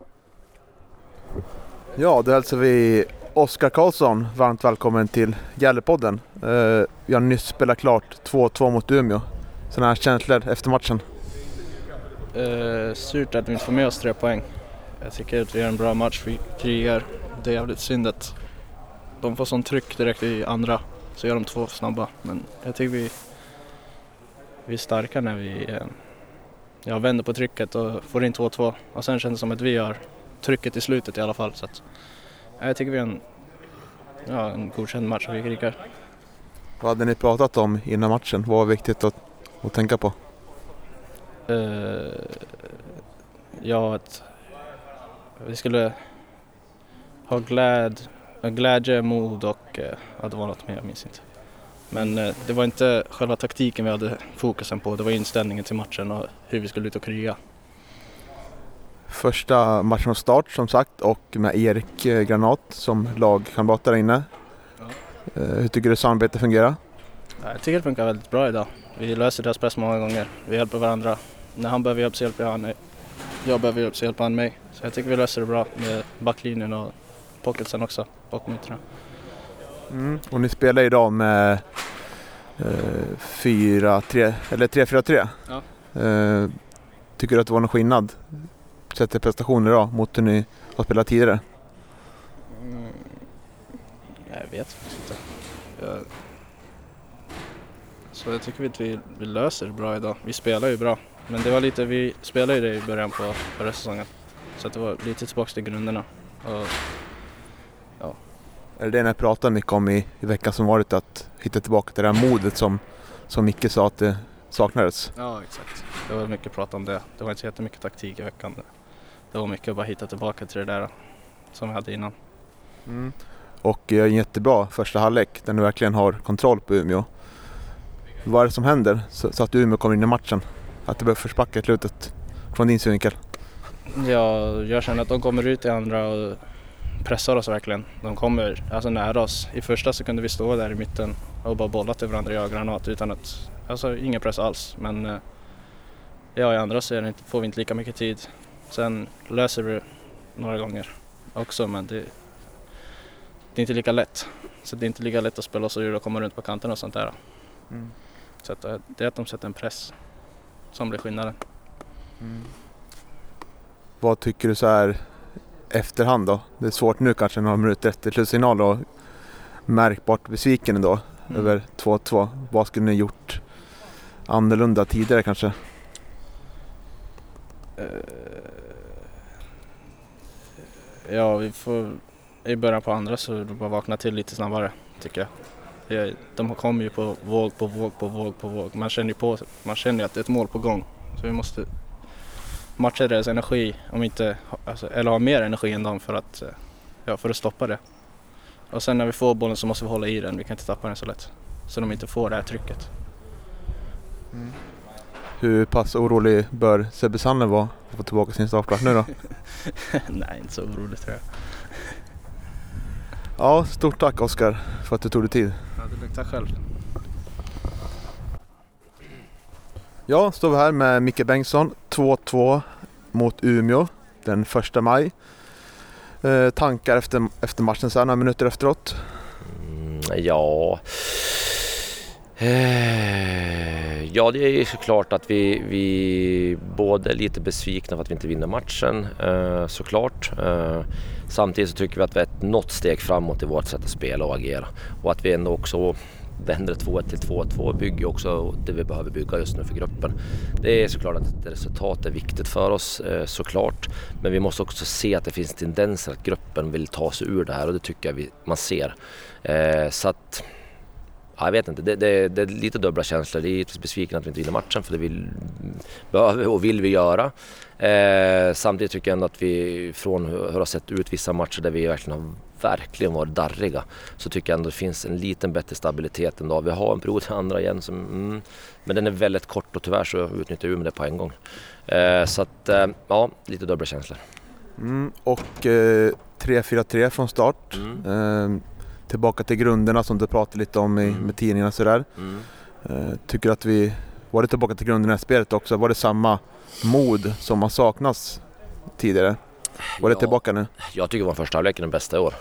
Ja, då hälsar vi Oskar Karlsson varmt välkommen till Gällepodden. Uh, vi har nyss spelat klart två två mot Umeå. Sådana här känslor efter matchen? Uh, surt att vi inte får med oss tre poäng. Jag tycker att vi gör en bra match, vi krigar. Det är jävligt synd att de får sån tryck direkt i andra, så gör de två snabba. Men jag tycker vi, vi är starka när vi uh, ja, vänder på trycket och får in två två. Och sen känns det som att vi har trycket i slutet i alla fall. Så att, jag tycker vi är en, ja, en godkänd match och vi krigar. Vad hade ni pratat om innan matchen? Vad var viktigt att, att tänka på? Uh, ja, att vi skulle ha gläd, glädje, mod och uh, ja, det var något mer, jag minns inte. Men uh, det var inte själva taktiken vi hade fokusen på, det var inställningen till matchen och hur vi skulle ut och kriga. Första matchen från start som sagt, och med Erik Granat som lagkamrat där inne. Ja. Hur tycker du samarbetet fungerar? Jag tycker det funkar väldigt bra idag. Vi löser deras press många gånger. Vi hjälper varandra. När han behöver hjälp så hjälper jag han. Jag behöver hjälp så hjälper han mig. Så jag tycker vi löser det bra med backlinjen och pocketsen också. Bockmyterna. Mm. Och ni spelar idag med eh, fyra tre eller tre fyra tre. Ja. Eh, tycker du att det var någon skillnad? Sätter prestationer idag mot hur ni har spelat tidigare? Mm. Jag vet inte. Jag... Så jag tycker att vi, vi löser det bra idag. Vi spelar ju bra. Men det var lite, vi spelade ju det i början på förra säsongen. Så att det var lite tillbaka till grunderna. Och, ja. Är det det ni pratade mycket om i, i veckan som varit, att hitta tillbaka till det här modet som, som Micke sa att det saknades? Ja, exakt. Det var mycket prat om det. Det var inte så jättemycket taktik i veckan. Det var mycket att bara hitta tillbaka till det där som vi hade innan. Mm. Och en jättebra första halvlek där ni verkligen har kontroll på Umeå. Vad är det som händer så, så att Umeå kommer in i matchen? Att det börjar förspacka i slutet från din synvinkel? Ja, jag känner att de kommer ut i andra och pressar oss verkligen. De kommer alltså nära oss. I första så kunde vi stå där i mitten och bara bolla till varandra, jag och Granat, utan att, alltså ingen press alls. Men ja, i andra så är det inte, får vi inte lika mycket tid. Sen löser vi några gånger också, men det, det är inte lika lätt. Så det är inte lika lätt att spela oss ur och komma runt på kanten och sånt där. Mm. Så att det är att de sätter en press som blir skillnaden. Mm. Vad tycker du så här efterhand då? Det är svårt nu kanske några minuter efter slutsignal och märkbart besviken ändå mm. över två två. Vad skulle ni gjort annorlunda tidigare kanske? Uh, ja, vi får i början på andra så bara vakna till lite snabbare tycker jag. De kommer ju på våg på våg på våg på våg. Man känner ju på, man känner att det är ett mål på gång. Så vi måste matcha deras energi, om inte, alltså, eller ha mer energi än dem för att, ja, för att stoppa det. Och sen när vi får bollen så måste vi hålla i den. Vi kan inte tappa den så lätt. Så de inte får det här trycket. Mm. Hur pass orolig bör Sebbe Sanne vara att få tillbaka sin startplats nu då? Nej, inte så orolig tror jag. Ja, stort tack Oskar för att du tog dig tid. Ja, det luktar själv. Ja, står vi här med Micke Bengtsson. två två mot Umeå den första maj. Eh, tankar efter, efter matchen så här, några minuter efteråt? Mm, ja... Ja, det är ju såklart att vi, vi både är lite besvikna för att vi inte vinner matchen, såklart. Samtidigt så tycker vi att vi har ett något steg framåt i vårt sätt att spela och agera. Och att vi ändå också vänder två ett till två två bygger också det vi behöver bygga just nu för gruppen. Det är såklart att ett resultat är viktigt för oss, såklart. Men vi måste också se att det finns tendenser att gruppen vill ta sig ur det här och det tycker jag vi, man ser. Så att, jag vet inte, det, det, det är lite dubbla känslor. Det är lite besviken att vi inte vinner matchen för det vill, behöver och vill vi göra. Eh, samtidigt tycker jag ändå att vi från hur det har sett ut vissa matcher där vi verkligen har verkligen varit darriga, så tycker jag ändå det finns en liten bättre stabilitet ändå. Vi har en period till andra igen som, mm, men den är väldigt kort och tyvärr så utnyttjar vi med det på en gång. Eh, så att, eh, ja, lite dubbla känslor. Mm, och eh, tre fyra tre från start. Mm. Eh, tillbaka till grunderna som du pratade lite om i, mm. med tidningarna sådär. Mm. Eh, tycker att vi var det tillbaka till grunderna i spelet också? Var det samma mod som har saknats tidigare? Var det ja, tillbaka nu? Jag tycker att första halvleken är den bästa i år.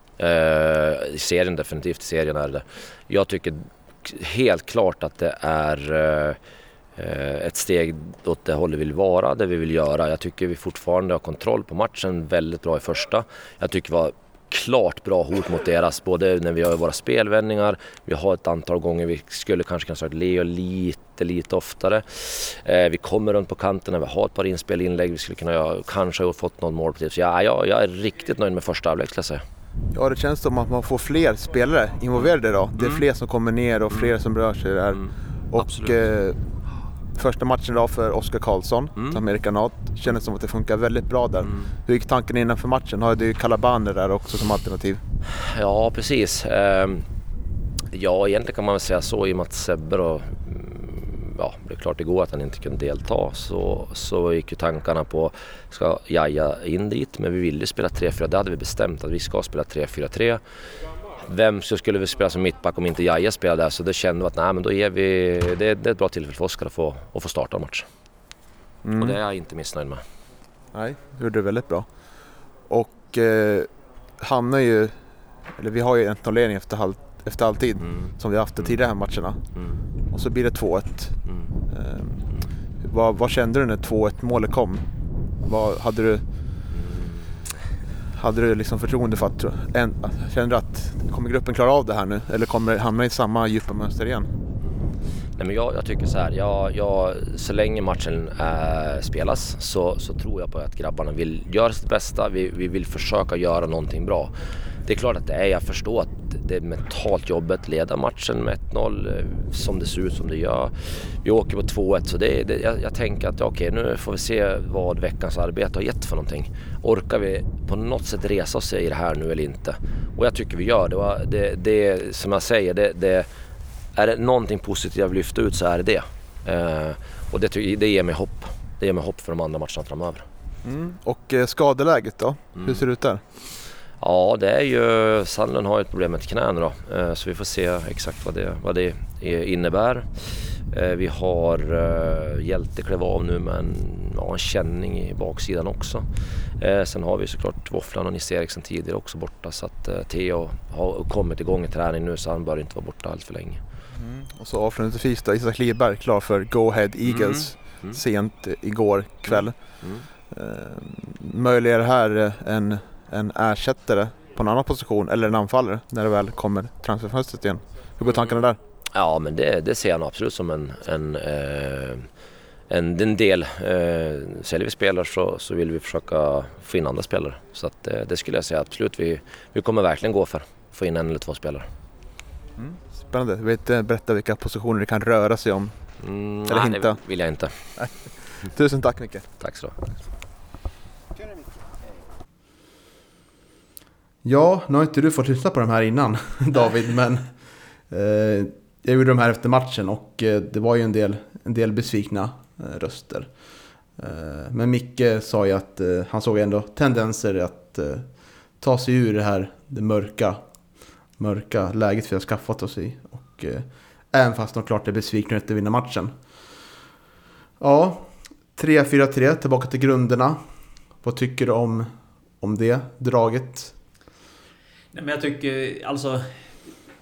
Eh, I serien definitivt, i serien är det. Jag tycker helt klart att det är eh, ett steg åt det hållet vi vill vara, det vi vill göra. Jag tycker vi fortfarande har kontroll på matchen, väldigt bra i första. Jag tycker vi var klart bra hot mot deras, både när vi gör våra spelvändningar, vi har ett antal gånger vi skulle kanske kunna starta Leo lite, lite oftare. Eh, vi kommer runt på kanterna, vi har ett par inspel inlägg, vi skulle kunna göra, kanske ha fått någon mål på det. Så ja, jag, jag är riktigt nöjd med första halvlek, ska jag säga. Ja, det känns som att man får fler spelare involverade då. Det är mm. fler som kommer ner och fler som rör sig där. Mm. Och eh, första matchen då för Oskar Karlsson, mm. amerikanat, kändes som att det funkar väldigt bra där. Mm. Hur gick tanken innan för matchen? Har du Kalabaner där också som alternativ? Ja, precis. Ehm, ja, egentligen kan man väl säga så i och med att Sebbe då, ja, det är klart igår att han inte kunde delta, så, så gick ju tankarna på ska Jaja in dit, men vi ville spela tre fyra, det hade vi bestämt att vi ska spela tre fyra tre. Vem så skulle vi spela som mittback om inte Jaja spelade där, så det kände vi att nej, men då är vi, det, det är ett bra tillfälle för Oskar att få, att få starta match. Mm. Och det är jag inte missnöjd med. Nej, det gjorde det väldigt bra. Och eh, hamnar ju, eller vi har ju en nollering efter, halv, efter alltid mm. som vi har haft i tidigare här matcherna. Mm. Och så blir det två ett. Mm. Eh, vad, vad kände du när två ett målet kom? Vad hade du Hade du liksom förtroende för att en, kände du att kommer gruppen klara av det här nu? Eller kommer det hamna i samma djupa mönster igen? Nej, men jag, jag tycker så här, jag, jag, så länge matchen äh, spelas så, så tror jag på att grabbarna vill göra sitt bästa. Vi, vi vill försöka göra någonting bra. Det är klart att det är, jag förstår att det är mentalt jobbet leda matchen med ett noll som det ser ut som det gör. Vi åker på två ett, så det, det, jag, jag tänker att okej, nu får vi se vad veckans arbete har gett för någonting. Orkar vi på något sätt resa oss i det här nu eller inte? Och jag tycker vi gör det. Det, det som jag säger, det, det är det någonting positivt jag vill lyfta ut, så är det det. Eh, och det, det ger mig hopp. Det ger mig hopp för de andra matcherna framöver. Mm. Och eh, skadeläget då? Mm. Hur ser det ut där? Ja, det är ju, Sandlund har ju ett problem med knäna då, eh, så vi får se exakt vad det, vad det innebär. Eh, vi har eh, Hjälte klev av nu med en, ja, en känning i baksidan också. Eh, sen har vi såklart Våfflan och Nisse Eriksson tidigare också borta, så att eh, Theo har kommit igång i träning nu, så han bör inte vara borta allt för länge. Mm. Och så avslutningsvis då, Isak Liberg klar för Go Ahead Eagles mm. Mm. sent igår kväll. Mm. Eh, möjligen är det här en, en ersättare på en annan position eller en anfallare när det väl kommer transferfönstret igen? Hur går tankarna där? Ja, men det, det ser jag absolut som en, en, eh, en, en del. Eh, säljer vi spelare så, så vill vi försöka få in andra spelare. Så att, eh, det skulle jag säga absolut. Vi, vi kommer verkligen gå för att få in en eller två spelare. Mm. Spännande. Vill inte berätta vilka positioner det kan röra sig om? Mm, eller nej, inte? Det vill jag inte. Tusen tack, Micke. Tack så. Ja, nu har inte du fått lyssna på de här innan, David, men eh, jag gjorde de här efter matchen och eh, det var ju en del, en del besvikna eh, röster. Eh, men Micke sa ju att eh, han såg ändå tendenser att eh, ta sig ur det här det mörka, mörka läget vi har skaffat oss i. Och eh, även fast de klart är besvikna att vinna matchen. Ja, tre fyra tre, tillbaka till grunderna. Vad tycker du om, om det draget? Nej, men jag tycker, alltså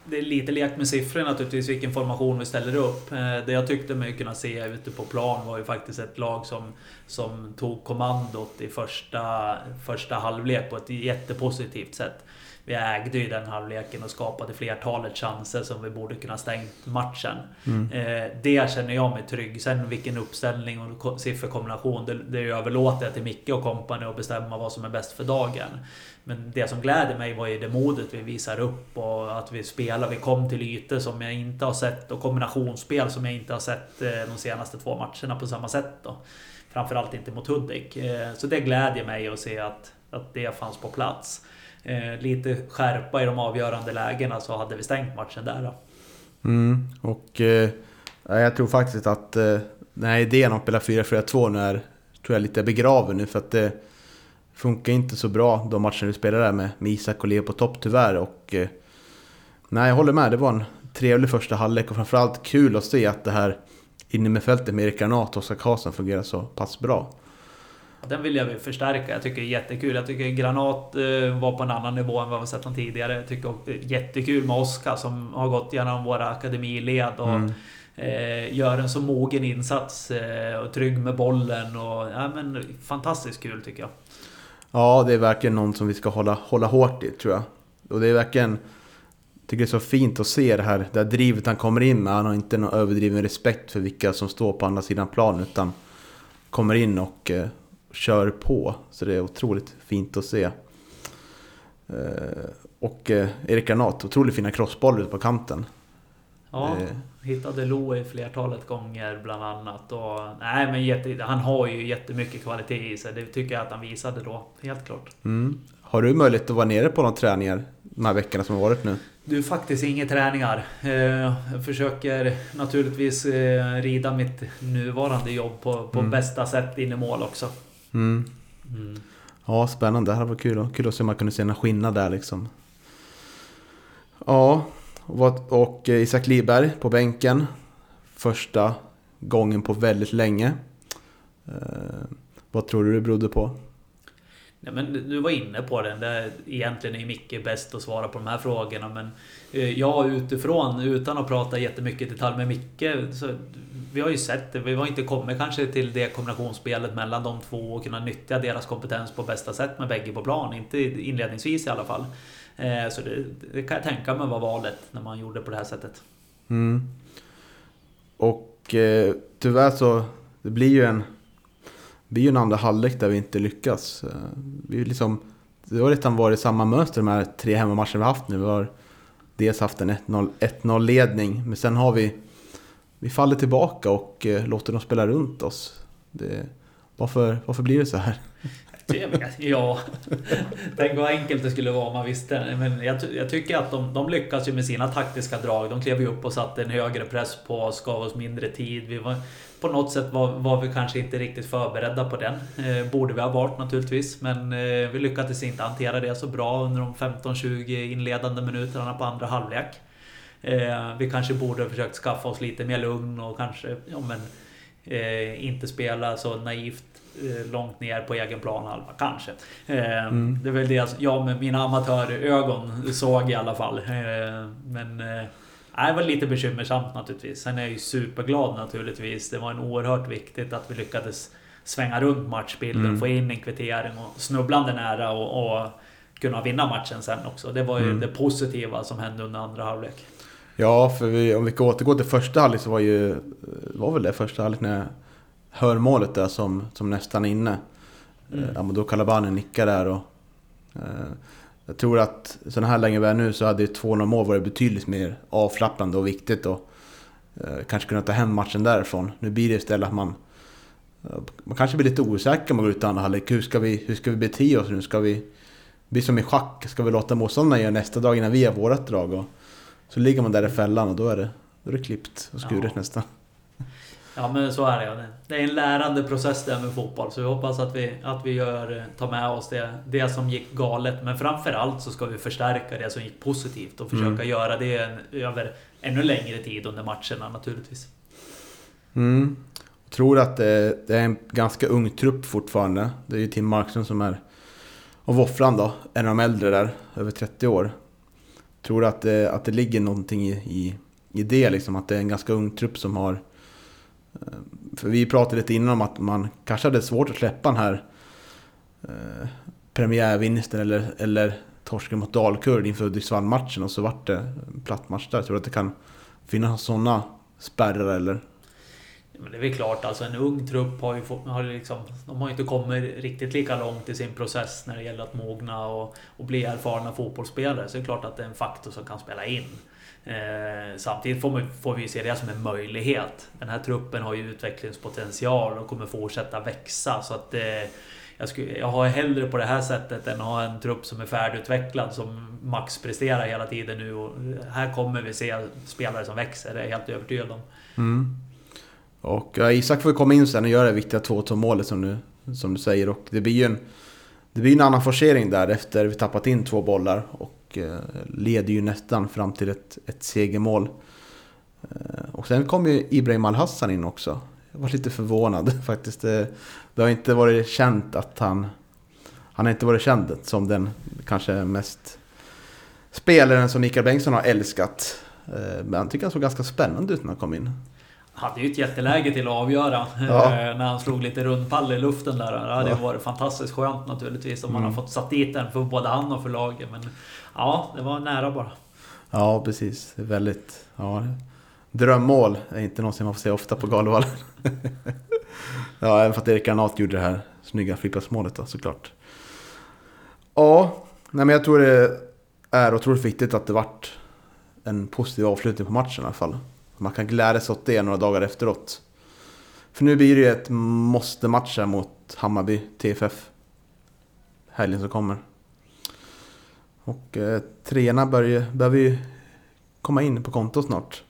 det är lite lekt med siffror naturligtvis, vilken formation vi ställer upp. Det jag tyckte mig kunna se ute på plan var ju faktiskt ett lag som, som tog kommandot i första, första halvlek på ett jättepositivt sätt. Vi ägde ju den halvleken och skapade flertalet chanser som vi borde kunna stängt matchen. Mm. Det känner jag mig trygg. Sen vilken uppställning och sifferkombination, det, det överlåter jag till Micke och kompani att bestämma vad som är bäst för dagen. Men det som gläder mig var ju det modet vi visar upp och att vi spelar, vi kom till ytor som jag inte har sett och kombinationsspel som jag inte har sett de senaste två matcherna på samma sätt då. Framförallt inte mot Hudik. Så det gläder mig att se att, att det fanns på plats. Lite skärpa i de avgörande lägena så hade vi stängt matchen där då. Mm, och eh, jag tror faktiskt att eh, den här idén om att spela fyra fyra två nu är, tror jag, lite begraven nu, för att det funkar inte så bra de matcher vi spelar där med, med Isak och Leo på topp tyvärr. Och eh, nej, jag håller med, det var en trevlig första halvlek och framförallt kul att se att det här inne med fältet med Erik Granat och Oskar Karlsson fungerar så pass bra. Den vill jag förstärka. Jag tycker det är jättekul. Jag tycker Granat eh, var på en annan nivå än vad vi sett honom tidigare. Jag tycker det är jättekul med Oskar som har gått igenom våra akademiled och mm. eh, gör en så mogen insats eh, och trygg med bollen. Och, ja, men, fantastiskt kul tycker jag. Ja, det är verkligen någon som vi ska hålla, hålla hårt i, tror jag. Och det är verkligen, jag tycker det är så fint att se det här, det här drivet han kommer in med. Han har inte någon överdriven respekt för vilka som står på andra sidan plan, utan kommer in och eh, kör på. Så det är otroligt fint att se. Eh, och eh, Erik Granat, otroligt fina crossbollar på kanten. Ja, eh. hittade Lo i flertalet gånger bland annat. Och, nej, men jätte, han har ju jättemycket kvalitet i sig. Det tycker jag att han visade då, helt klart. Mm. Har du möjlighet att vara nere på några träningar de här veckorna som har varit nu? Du, faktiskt inga träningar. Jag försöker naturligtvis rida mitt nuvarande jobb på, på mm. bästa sätt in i mål också. Mm. Mm. Ja, spännande. Det här var kul. Kul att se om man kunde se en skillnad där liksom. Ja, och, och Isak Liberg på bänken. Första gången på väldigt länge. Eh, vad tror du det berodde på? Nej, men du var inne på den. Det egentligen är mycket bäst att svara på de här frågorna. Men jag utifrån, utan att prata jättemycket detalj med Micke, så vi har ju sett det. Vi har inte kommit kanske till det kombinationsspelet mellan de två och kunna nyttja deras kompetens på bästa sätt med bägge på plan. Inte inledningsvis i alla fall. Så det, det kan jag tänka mig var valet när man gjorde på det här sättet. Mm. Och eh, tyvärr så det blir ju en det blir ju en andra halvlek där vi inte lyckas. Vi liksom, det har redan varit samma mönster de här tre hemmamatcher vi har haft nu. Vi har dels haft en ett noll ledning, men sen har vi vi faller tillbaka och eh, låter dem spela runt oss. Det, varför, varför blir det så här? Ja, tänk vad enkelt det skulle vara om man visste. Men jag, jag tycker att de, de lyckas ju med sina taktiska drag. De klev ju upp och satte en högre press på oss, gav oss mindre tid. Vi var, på något sätt var, var vi kanske inte riktigt förberedda på den. Eh, borde vi ha varit naturligtvis. Men eh, vi lyckades inte hantera det så bra under de femton tjugo inledande minuterna på andra halvlek. Eh, vi kanske borde ha försökt skaffa oss lite mer lugn och kanske ja, men, eh, inte spela så naivt långt ner på egen planhalva kanske. Mm. Det är väl det jag med mina amatörögon såg i alla fall. Men det var lite bekymmersamt naturligtvis. Sen är jag ju superglad naturligtvis. Det var en oerhört viktigt att vi lyckades svänga runt matchbilden, mm. få in en kvittering och snubblande nära och, och kunna vinna matchen sen också. Det var ju mm. det positiva som hände under andra halvlek. Ja, för vi, om vi kan återgå till första halvlek så var ju var väl det första halvlek när hör målet där som, som nästan är inne. Mm. Ja, men då Kalabani nickar där och eh, jag tror att sådana här länge vi är nu så hade ju två noll mål varit betydligt mer avslappnande och viktigt och eh, kanske kunna ta hem matchen därifrån. Nu blir det istället att man eh, man kanske blir lite osäker om man går ut i andra halvlek. Hur ska vi, hur ska vi bete oss nu? Ska vi bli som i schack? Ska vi låta motståndarna göra nästa dag innan vi har vårat drag? Och så ligger man där i fällan och då är det, då är det klippt och skuret ja. nästan. Ja, men så är det. Det är en lärande process där med fotboll. Så vi hoppas att vi, att vi gör, tar med oss det, det som gick galet. Men framförallt så ska vi förstärka det som gick positivt. Och försöka mm. göra det en, över ännu längre tid under matcherna naturligtvis. Mm. Jag tror att det, det är en ganska ung trupp fortfarande. Det är ju Tim Markström som är av Våffran då. En av de äldre där, över trettio år. Tror du att det, att det ligger någonting i, i, i det liksom, att det är en ganska ung trupp som har... För vi pratade lite innan om att man kanske hade svårt att släppa den här eh, premiärvinsten eller, eller torsken mot Dalkurd inför Hudiksvall-matchen, och så vart det en platt match där. Tror du att det kan finnas sådana spärrar eller? Men det är väl klart, alltså en ung trupp har ju fått, har liksom, de har ju inte kommit riktigt lika långt i sin process när det gäller att mogna och, och bli erfarna fotbollsspelare. Så det är klart att det är en faktor som kan spela in. Eh, samtidigt får, man, får vi se det som en möjlighet. Den här truppen har ju utvecklingspotential och kommer fortsätta växa. Så att eh, jag, skulle, jag har hellre på det här sättet än att ha en trupp som är färdigutvecklad, som max presterar hela tiden nu. Och här kommer vi se spelare som växer, det är jag helt övertygad om. Mm. Och ja, Isak får komma in sen och göra det viktiga två två målet som du, som du säger. Och det blir ju en, det blir en annan forcering där efter vi tappat in två bollar. Och eh, leder ju nästan fram till ett, ett segermål. Eh, och sen kom ju Ibrahim Al-Hassan in också. Jag var lite förvånad faktiskt. Det, det har inte varit känt att han... Han har inte varit känd som den kanske mest spelaren som Mikael Bengtsson har älskat. Eh, men jag tycker han såg ganska spännande ut när han kom in. Hade ju ett jätteläge till att avgöra ja. När han slog lite rundpall i luften där. Det hade ja. varit fantastiskt skönt naturligtvis om mm. man har fått satt dit den för både han och för laget. Men ja, det var nära bara. Ja, precis. Det är väldigt... Ja, drömmål är inte någonsin man får se ofta på Galovallen. Ja, även för att Erik Granat gjorde det här snygga flippasmålet då, såklart. Ja, nej, men jag tror det är otroligt viktigt att det vart en positiv avslutning på matchen i alla fall. Man kan glädja sig åt det några dagar efteråt. För nu blir det ju ett måste-match mot Hammarby T F F helgen som kommer. Och eh, treorna börjar, börjar ju komma in på konto snart.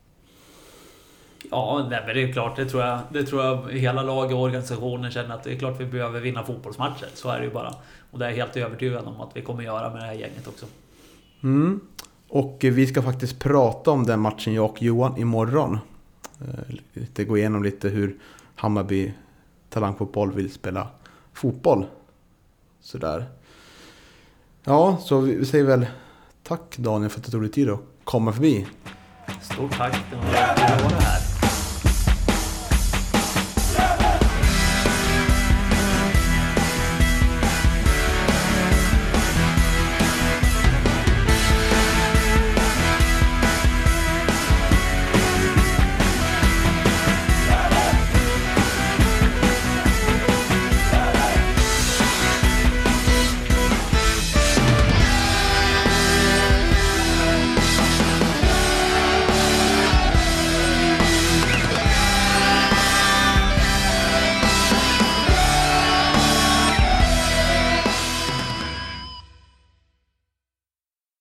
Ja, det är klart. Det tror jag, det tror jag hela lag och organisationen känner att det är klart vi behöver vinna fotbollsmatcher. Så är det ju bara. Och det är jag helt övertygad om att vi kommer göra med det här gänget också. Mm. Och vi ska faktiskt prata om den matchen, jag och Johan, imorgon. Lite gå igenom lite hur Hammarby talangfotboll vill spela fotboll. Sådär. Ja, så vi säger väl tack Daniel för att du tog dig tid att komma förbi. Stort tack, det var det här.